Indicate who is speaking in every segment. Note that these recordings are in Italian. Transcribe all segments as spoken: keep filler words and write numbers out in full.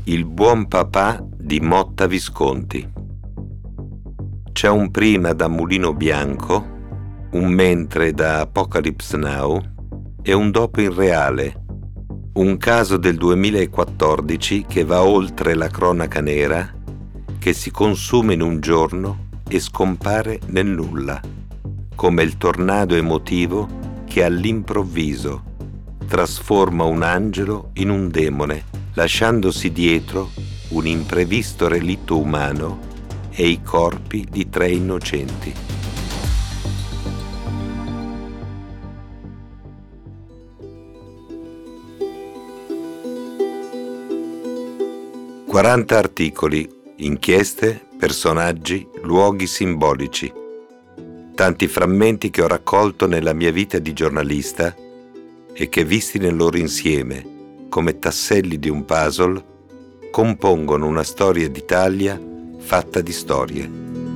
Speaker 1: Il buon papà di Motta Visconti. C'è un prima da Mulino Bianco, un mentre da Apocalypse Now e un dopo in reale. Un caso del duemilaquattordici che va oltre la cronaca nera, che si consuma in un giorno e scompare nel nulla, come il tornado emotivo che all'improvviso trasforma un angelo in un demone, lasciandosi dietro un imprevisto relitto umano e i corpi di tre innocenti. quaranta articoli, inchieste, personaggi, luoghi simbolici. Tanti frammenti che ho raccolto nella mia vita di giornalista e che, visti nel loro insieme, come tasselli di un puzzle, compongono una storia d'Italia fatta di storie.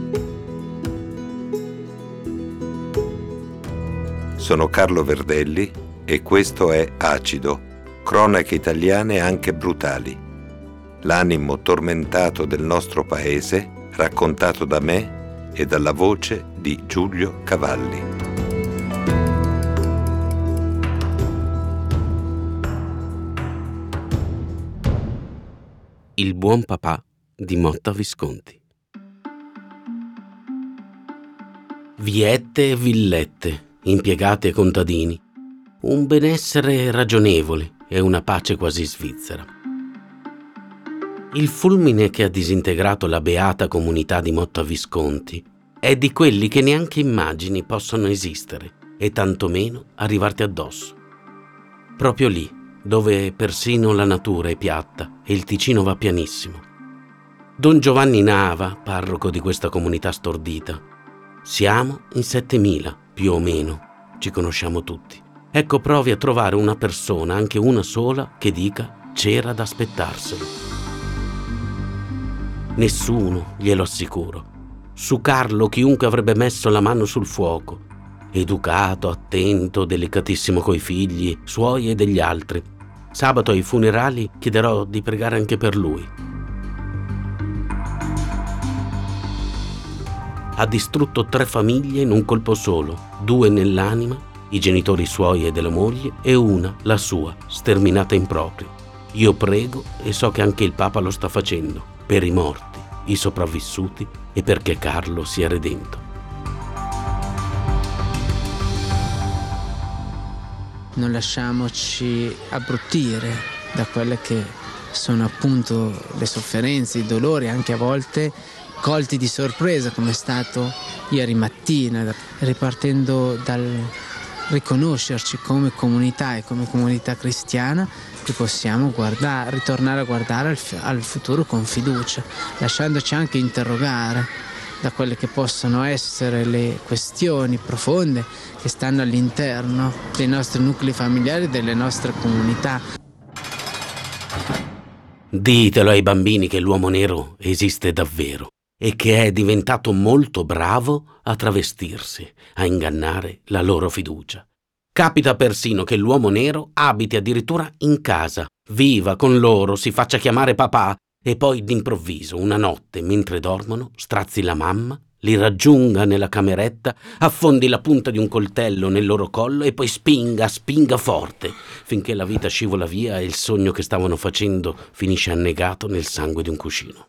Speaker 1: Sono Carlo Verdelli e questo è Acido, cronache italiane anche brutali. L'animo tormentato del nostro paese, raccontato da me e dalla voce di Giulio Cavalli.
Speaker 2: Il buon papà di Motta Visconti. Viette e villette, impiegati e contadini, un benessere ragionevole e una pace quasi svizzera. Il fulmine che ha disintegrato la beata comunità di Motta Visconti è di quelli che neanche immagini possono esistere e tantomeno arrivarti addosso. Proprio lì, dove persino la natura è piatta e il Ticino va pianissimo. Don Giovanni Nava, parroco di questa comunità stordita. Siamo in settemila, più o meno, ci conosciamo tutti. Ecco, provi a trovare una persona, anche una sola, che dica c'era da aspettarselo. Nessuno, glielo assicuro. Su Carlo chiunque avrebbe messo la mano sul fuoco. Educato, attento, delicatissimo coi figli, suoi e degli altri. Sabato ai funerali chiederò di pregare anche per lui. Ha distrutto tre famiglie in un colpo solo, due nell'anima, i genitori suoi e della moglie, e una, la sua, sterminata in proprio. Io prego e so che anche il Papa lo sta facendo, per i morti, i sopravvissuti e perché Carlo sia redento.
Speaker 3: Non lasciamoci abbruttire da quelle che sono appunto le sofferenze, i dolori, anche a volte colti di sorpresa, come è stato ieri mattina, ripartendo dal riconoscerci come comunità e come comunità cristiana, che possiamo guardare, ritornare a guardare al, al futuro con fiducia, lasciandoci anche interrogare da quelle che possono essere le questioni profonde che stanno all'interno dei nostri nuclei familiari e delle nostre comunità.
Speaker 2: Ditelo ai bambini che l'uomo nero esiste davvero e che è diventato molto bravo a travestirsi, a ingannare la loro fiducia. Capita persino che l'uomo nero abiti addirittura in casa, viva con loro, si faccia chiamare papà, e poi d'improvviso, una notte, mentre dormono, strazzi la mamma, li raggiunga nella cameretta, affondi la punta di un coltello nel loro collo e poi spinga, spinga forte, finché la vita scivola via e il sogno che stavano facendo finisce annegato nel sangue di un cuscino.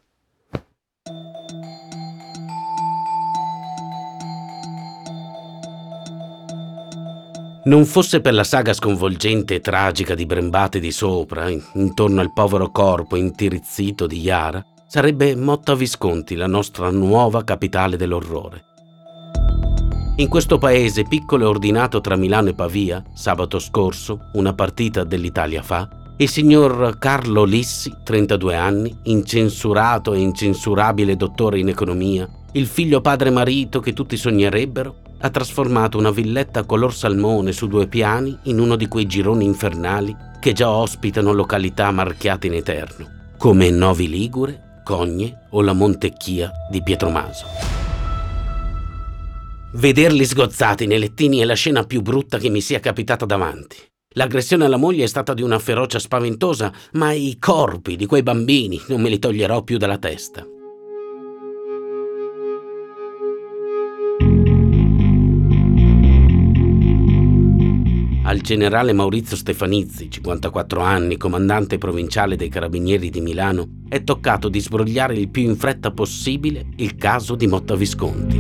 Speaker 2: Non fosse per la saga sconvolgente e tragica di Brembate di Sopra, intorno al povero corpo intirizzito di Yara, sarebbe Motta Visconti la nostra nuova capitale dell'orrore. In questo paese piccolo e ordinato tra Milano e Pavia, sabato scorso, una partita dell'Italia fa, il signor Carlo Lissi, trentadue anni, incensurato e incensurabile dottore in economia, il figlio padre marito che tutti sognerebbero, ha trasformato una villetta color salmone su due piani in uno di quei gironi infernali che già ospitano località marchiate in eterno, come Novi Ligure, Cogne o la Montecchia di Pietromaso. Vederli sgozzati nei lettini è la scena più brutta che mi sia capitata davanti. L'aggressione alla moglie è stata di una ferocia spaventosa, ma i corpi di quei bambini non me li toglierò più dalla testa. Al generale Maurizio Stefanizzi, cinquantaquattro anni, comandante provinciale dei Carabinieri di Milano, è toccato di sbrogliare il più in fretta possibile il caso di Motta Visconti.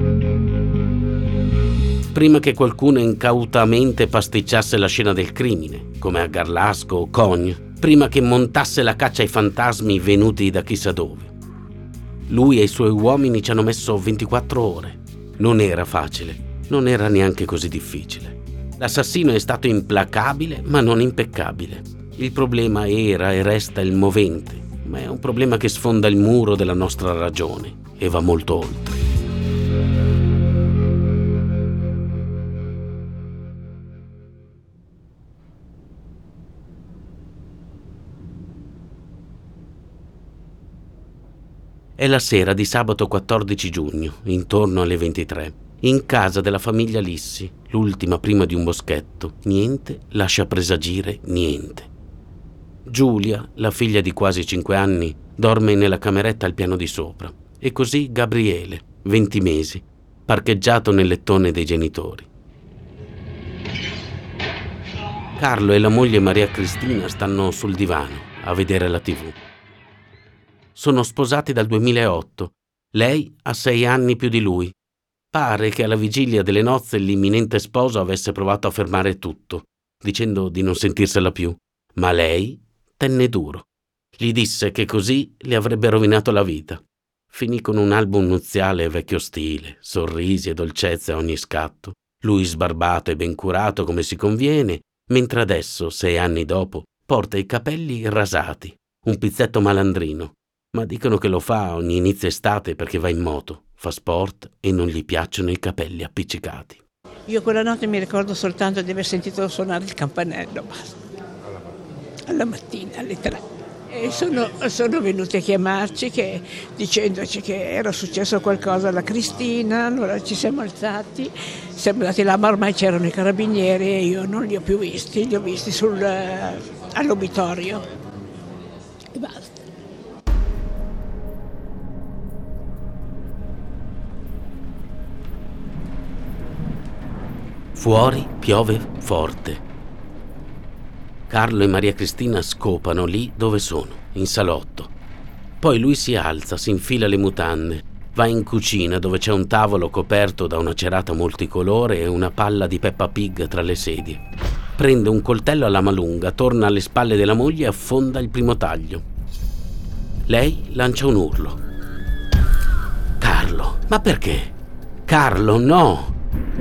Speaker 2: Prima che qualcuno incautamente pasticciasse la scena del crimine, come a Garlasco o Cogne, prima che montasse la caccia ai fantasmi venuti da chissà dove. Lui e i suoi uomini ci hanno messo ventiquattro ore. Non era facile, non era neanche così difficile. L'assassino è stato implacabile, ma non impeccabile. Il problema era e resta il movente, ma è un problema che sfonda il muro della nostra ragione e va molto oltre. È la sera di sabato quattordici giugno, intorno alle ventitré. In casa della famiglia Lissi, l'ultima prima di un boschetto, niente lascia presagire niente. Giulia, la figlia di quasi cinque anni, dorme nella cameretta al piano di sopra, e così Gabriele, venti mesi, parcheggiato nel lettone dei genitori. Carlo e la moglie Maria Cristina stanno sul divano a vedere la tivù. Sono sposati dal duemilaotto. Lei ha sei anni più di lui. Pare che alla vigilia delle nozze l'imminente sposo avesse provato a fermare tutto, dicendo di non sentirsela più, ma lei tenne duro. Gli disse che così le avrebbe rovinato la vita. Finì con un album nuziale vecchio stile, sorrisi e dolcezze a ogni scatto, lui sbarbato e ben curato come si conviene, mentre adesso, sei anni dopo, porta i capelli rasati, un pizzetto malandrino, ma dicono che lo fa ogni inizio estate perché va in moto. Fa sport e non gli piacciono i capelli appiccicati.
Speaker 4: Io quella notte mi ricordo soltanto di aver sentito suonare il campanello, basta. Alla mattina, alle tre. E sono, sono venuti a chiamarci che, dicendoci che era successo qualcosa alla Cristina, allora ci siamo alzati, siamo andati là, ma ormai c'erano i carabinieri e io non li ho più visti, li ho visti sul, all'obitorio e basta.
Speaker 2: Fuori piove forte. Carlo e Maria Cristina scopano lì dove sono, in salotto. Poi lui si alza, si infila le mutande, va in cucina dove c'è un tavolo coperto da una cerata multicolore e una palla di Peppa Pig tra le sedie. Prende un coltello a lama lunga, torna alle spalle della moglie e affonda il primo taglio. Lei lancia un urlo. Carlo, ma perché? Carlo, no!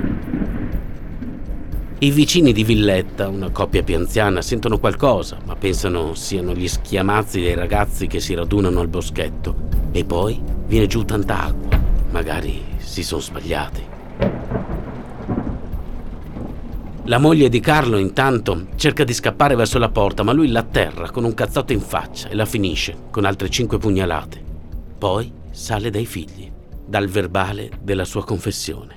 Speaker 2: I vicini di Villetta, una coppia più anziana, sentono qualcosa, ma pensano siano gli schiamazzi dei ragazzi che si radunano al boschetto. E poi viene giù tanta acqua. Magari si sono sbagliati. La moglie di Carlo, intanto, cerca di scappare verso la porta, ma lui l'atterra con un cazzotto in faccia e la finisce con altre cinque pugnalate. Poi sale dai figli, dal verbale della sua confessione.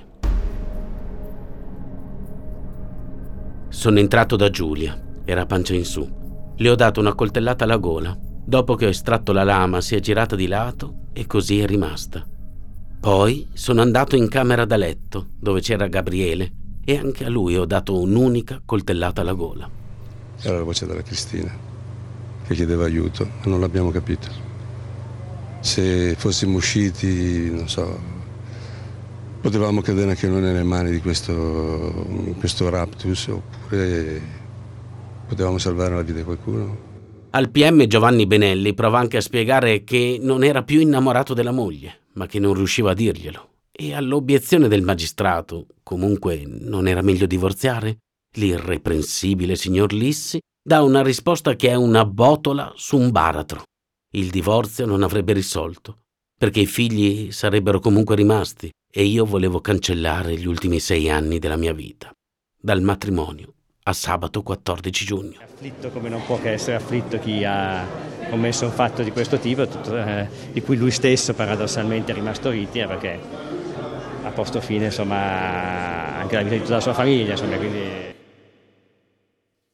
Speaker 2: Sono entrato da Giulia, era pancia in su. Le ho dato una coltellata alla gola. Dopo che ho estratto la lama si è girata di lato e così è rimasta. Poi sono andato in camera da letto, dove c'era Gabriele, e anche a lui ho dato un'unica coltellata alla gola.
Speaker 5: Era la voce della Cristina, che chiedeva aiuto, ma non l'abbiamo capito. Se fossimo usciti, non so, potevamo cadere anche noi nelle mani di questo, questo raptus, oppure potevamo salvare la vita di qualcuno.
Speaker 2: Al P M Giovanni Benelli prova anche a spiegare che non era più innamorato della moglie, ma che non riusciva a dirglielo. E all'obiezione del magistrato, comunque non era meglio divorziare? L'irreprensibile signor Lissi dà una risposta che è una botola su un baratro. Il divorzio non avrebbe risolto, perché i figli sarebbero comunque rimasti e io volevo cancellare gli ultimi sei anni della mia vita, dal matrimonio a sabato quattordici giugno.
Speaker 6: Afflitto come non può che essere afflitto chi ha commesso un fatto di questo tipo, tutto, eh, di cui lui stesso paradossalmente è rimasto vittima, perché ha posto fine insomma anche alla vita di tutta la sua famiglia, insomma, quindi...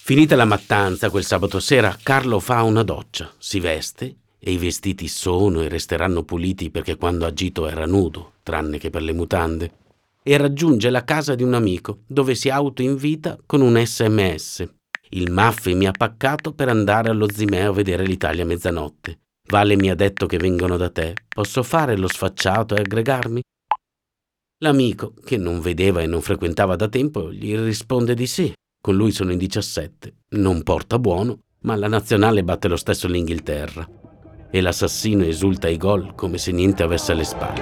Speaker 2: Finita la mattanza, quel sabato sera, Carlo fa una doccia, si veste e i vestiti sono e resteranno puliti perché quando ha agito era nudo, tranne che per le mutande, e raggiunge la casa di un amico dove si autoinvita con un sms. Il Maffi mi ha paccato per andare allo Zimeo a vedere l'Italia a mezzanotte. Vale mi ha detto che vengono da te. Posso fare lo sfacciato e aggregarmi? L'amico, che non vedeva e non frequentava da tempo, gli risponde di sì. Con lui sono in diciassette. Non porta buono, ma la nazionale batte lo stesso l'Inghilterra. E l'assassino esulta ai gol come se niente avesse alle spalle.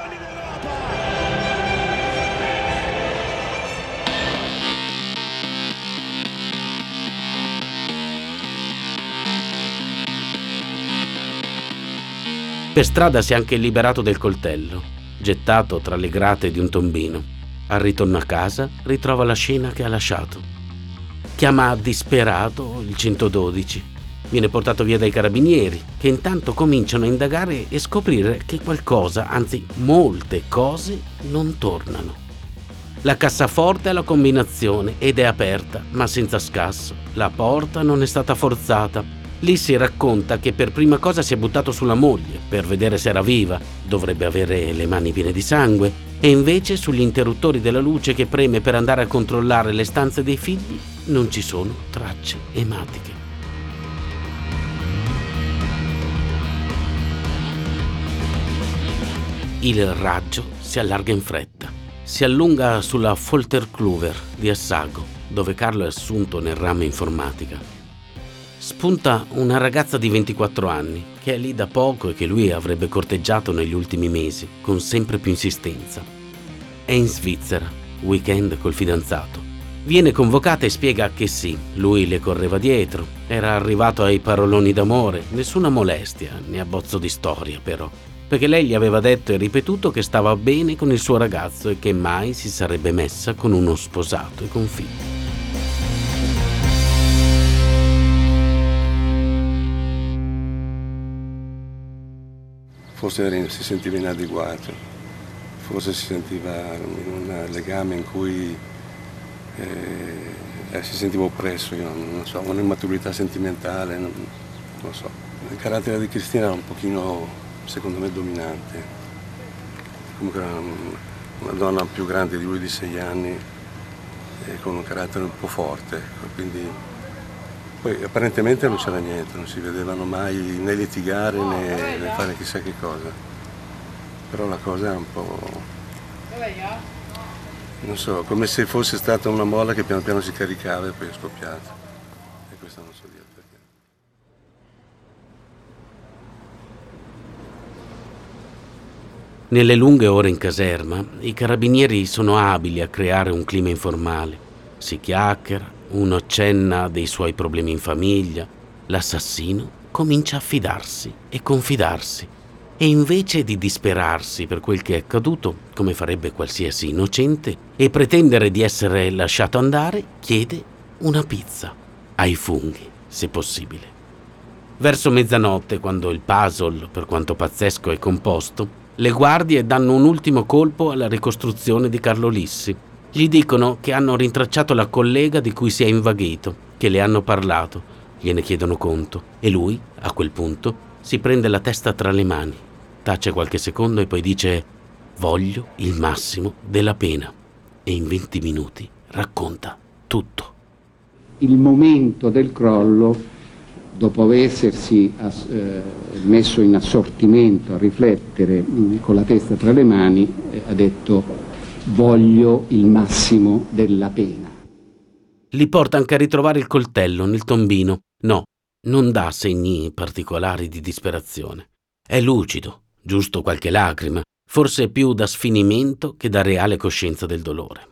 Speaker 2: Per strada si è anche liberato del coltello, gettato tra le grate di un tombino. Al ritorno a casa ritrova la scena che ha lasciato. Chiama disperato il centododici. Viene portato via dai carabinieri, che intanto cominciano a indagare e scoprire che qualcosa, anzi molte cose, non tornano. La cassaforte ha la combinazione ed è aperta, ma senza scasso. La porta non è stata forzata. Lì si racconta che per prima cosa si è buttato sulla moglie per vedere se era viva, dovrebbe avere le mani piene di sangue, e invece sugli interruttori della luce che preme per andare a controllare le stanze dei figli non ci sono tracce ematiche. Il raggio si allarga in fretta. Si allunga sulla Folterkluwer di Assago, dove Carlo è assunto nel ramo informatica. Spunta una ragazza di ventiquattro anni, che è lì da poco e che lui avrebbe corteggiato negli ultimi mesi, con sempre più insistenza. È in Svizzera, weekend col fidanzato. Viene convocata e spiega che sì, lui le correva dietro, era arrivato ai paroloni d'amore, nessuna molestia, né abbozzo di storia però, perché lei gli aveva detto e ripetuto che stava bene con il suo ragazzo e che mai si sarebbe messa con uno sposato e con figli.
Speaker 5: Forse si sentiva inadeguato, forse si sentiva in un legame in cui eh, eh, si sentiva oppresso, io non, non so, un'immaturità sentimentale, non, non so. Il carattere di Cristina era un pochino, secondo me, dominante. Comunque era una donna più grande di lui di sei anni e con un carattere un po' forte, quindi poi apparentemente non c'era niente, non si vedevano mai né litigare né, né fare chissà che cosa. Però la cosa era un po', non so, come se fosse stata una molla che piano piano si caricava e poi è scoppiata. E questo non so dire perché.
Speaker 2: Nelle lunghe ore in caserma, i carabinieri sono abili a creare un clima informale. Si chiacchiera, uno accenna dei suoi problemi in famiglia, l'assassino comincia a fidarsi e confidarsi e invece di disperarsi per quel che è accaduto, come farebbe qualsiasi innocente, e pretendere di essere lasciato andare, chiede una pizza, ai funghi, se possibile. Verso mezzanotte, quando il puzzle, per quanto pazzesco, è composto, le guardie danno un ultimo colpo alla ricostruzione di Carlo Lissi. Gli dicono che hanno rintracciato la collega di cui si è invaghito, che le hanno parlato, gliene chiedono conto e lui, a quel punto, si prende la testa tra le mani, tace qualche secondo e poi dice «Voglio il massimo della pena» e in venti minuti racconta tutto.
Speaker 7: Il momento del crollo, dopo essersi eh, messo in assortimento a riflettere mh, con la testa tra le mani, eh, ha detto voglio il massimo della pena.
Speaker 2: Li porta anche a ritrovare il coltello nel tombino. No, non dà segni particolari di disperazione. È lucido, giusto qualche lacrima, forse più da sfinimento che da reale coscienza del dolore.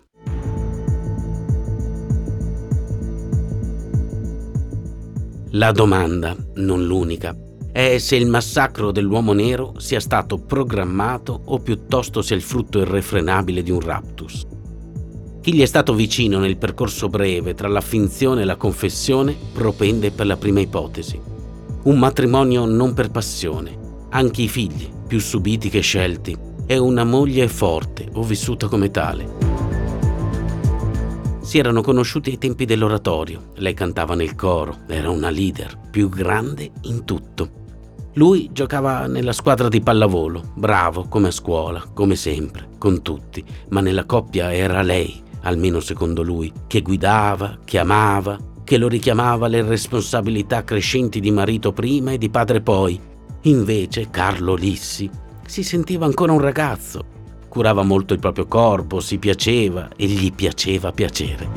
Speaker 2: La domanda, non l'unica, è se il massacro dell'uomo nero sia stato programmato o piuttosto sia il frutto irrefrenabile di un raptus. Chi gli è stato vicino nel percorso breve tra la finzione e la confessione propende per la prima ipotesi. Un matrimonio non per passione, anche i figli, più subiti che scelti, e una moglie forte o vissuta come tale. Si erano conosciuti ai tempi dell'oratorio. Lei cantava nel coro, era una leader, più grande in tutto. Lui giocava nella squadra di pallavolo, bravo come a scuola, come sempre, con tutti, ma nella coppia era lei, almeno secondo lui, che guidava, che amava, che lo richiamava alle responsabilità crescenti di marito prima e di padre poi. Invece Carlo Lissi si sentiva ancora un ragazzo. Curava molto il proprio corpo, si piaceva e gli piaceva piacere.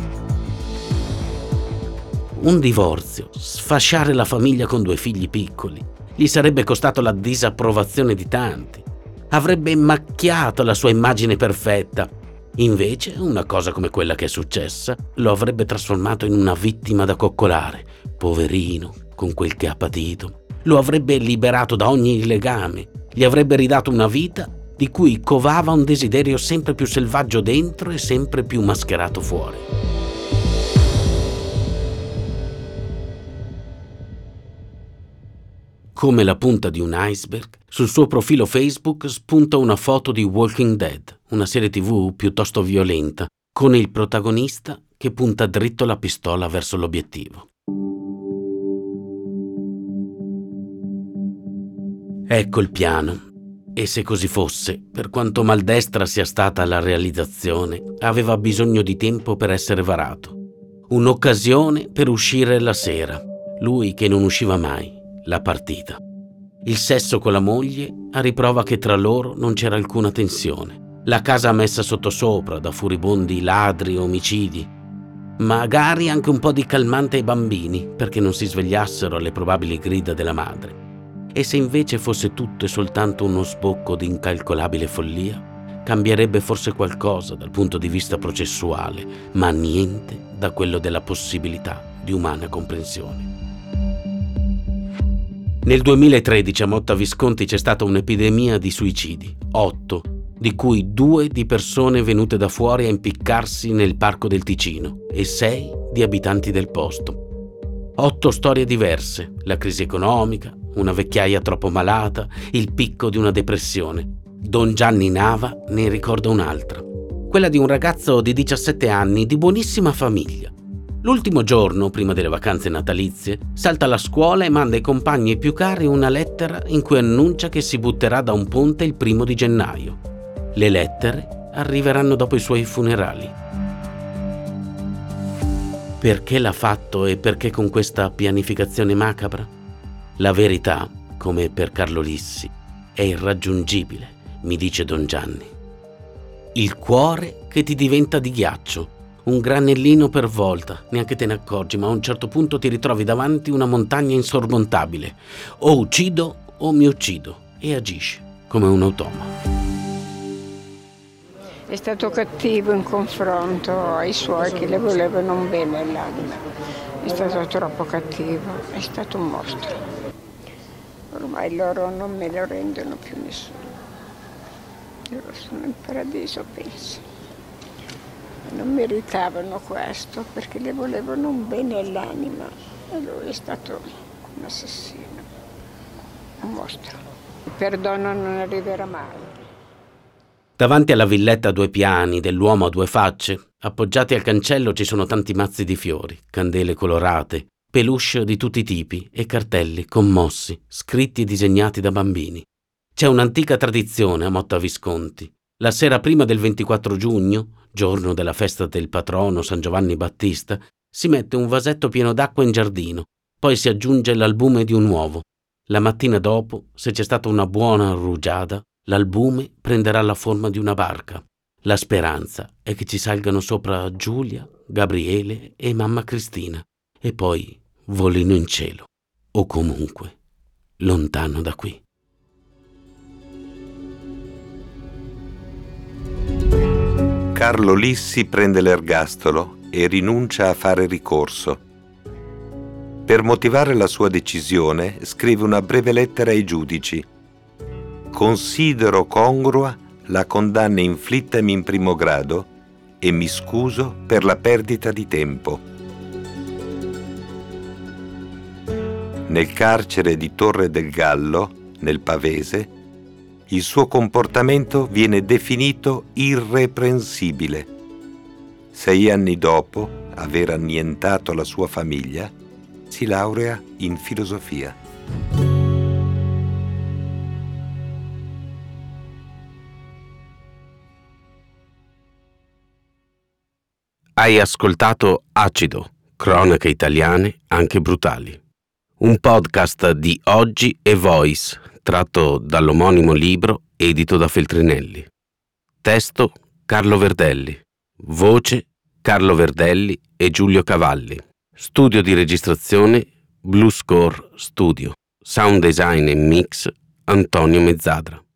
Speaker 2: Un divorzio, sfasciare la famiglia con due figli piccoli, gli sarebbe costato la disapprovazione di tanti. Avrebbe macchiato la sua immagine perfetta. Invece, una cosa come quella che è successa lo avrebbe trasformato in una vittima da coccolare. Poverino, con quel che ha patito. Lo avrebbe liberato da ogni legame, gli avrebbe ridato una vita di cui covava un desiderio sempre più selvaggio dentro e sempre più mascherato fuori. Come la punta di un iceberg, sul suo profilo Facebook spunta una foto di Walking Dead, una serie tivù piuttosto violenta, con il protagonista che punta dritto la pistola verso l'obiettivo. Ecco il piano. E se così fosse, per quanto maldestra sia stata la realizzazione, aveva bisogno di tempo per essere varato. Un'occasione per uscire la sera, lui che non usciva mai, la partita. Il sesso con la moglie a riprova che tra loro non c'era alcuna tensione. La casa messa sottosopra da furibondi ladri e omicidi. Magari anche un po' di calmante ai bambini perché non si svegliassero alle probabili grida della madre. E se invece fosse tutto e soltanto uno sbocco di incalcolabile follia, cambierebbe forse qualcosa dal punto di vista processuale, ma niente da quello della possibilità di umana comprensione. Nel duemilatredici a Motta Visconti c'è stata un'epidemia di suicidi, otto, di cui due di persone venute da fuori a impiccarsi nel parco del Ticino e sei di abitanti del posto. Otto storie diverse, la crisi economica, una vecchiaia troppo malata, il picco di una depressione. Don Gianni Nava ne ricorda un'altra, quella di un ragazzo di diciassette anni di buonissima famiglia. L'ultimo giorno, prima delle vacanze natalizie, salta alla scuola e manda ai compagni più cari una lettera in cui annuncia che si butterà da un ponte il primo di gennaio. Le lettere arriveranno dopo i suoi funerali. Perché l'ha fatto e perché con questa pianificazione macabra? La verità, come per Carlo Lissi, è irraggiungibile, mi dice Don Gianni. Il cuore che ti diventa di ghiaccio, un granellino per volta, neanche te ne accorgi, ma a un certo punto ti ritrovi davanti una montagna insormontabile. O uccido o mi uccido, e agisci come un automa.
Speaker 8: È stato cattivo in confronto ai suoi che le volevano un bene all'anima. È stato troppo cattivo, è stato un mostro. Ormai loro non me lo rendono più nessuno. Loro sono in paradiso, penso. Non meritavano questo perché le volevano un bene all'anima. E lui è stato un assassino, un mostro. Il perdono non arriverà mai.
Speaker 2: Davanti alla villetta a due piani dell'uomo a due facce, appoggiati al cancello ci sono tanti mazzi di fiori, candele colorate, peluche di tutti i tipi e cartelli commossi, scritti e disegnati da bambini. C'è un'antica tradizione a Motta Visconti. La sera prima del ventiquattro giugno, giorno della festa del patrono San Giovanni Battista, si mette un vasetto pieno d'acqua in giardino, poi si aggiunge l'albume di un uovo. La mattina dopo, se c'è stata una buona rugiada, l'albume prenderà la forma di una barca. La speranza è che ci salgano sopra Giulia, Gabriele e mamma Cristina e poi volino in cielo o comunque lontano da qui.
Speaker 1: Carlo Lissi prende l'ergastolo e rinuncia a fare ricorso. Per motivare la sua decisione scrive una breve lettera ai giudici. Considero congrua la condanna inflittami in primo grado e mi scuso per la perdita di tempo. Nel carcere di Torre del Gallo, nel Pavese, il suo comportamento viene definito irreprensibile. Sei anni dopo aver annientato la sua famiglia, si laurea in filosofia.
Speaker 2: Hai ascoltato Acido, cronache italiane anche brutali. Un podcast di Oggi e Voice, tratto dall'omonimo libro edito da Feltrinelli. Testo Carlo Verdelli. Voce Carlo Verdelli e Giulio Cavalli. Studio di registrazione Blue Score Studio. Sound design e mix Antonio Mezzadra.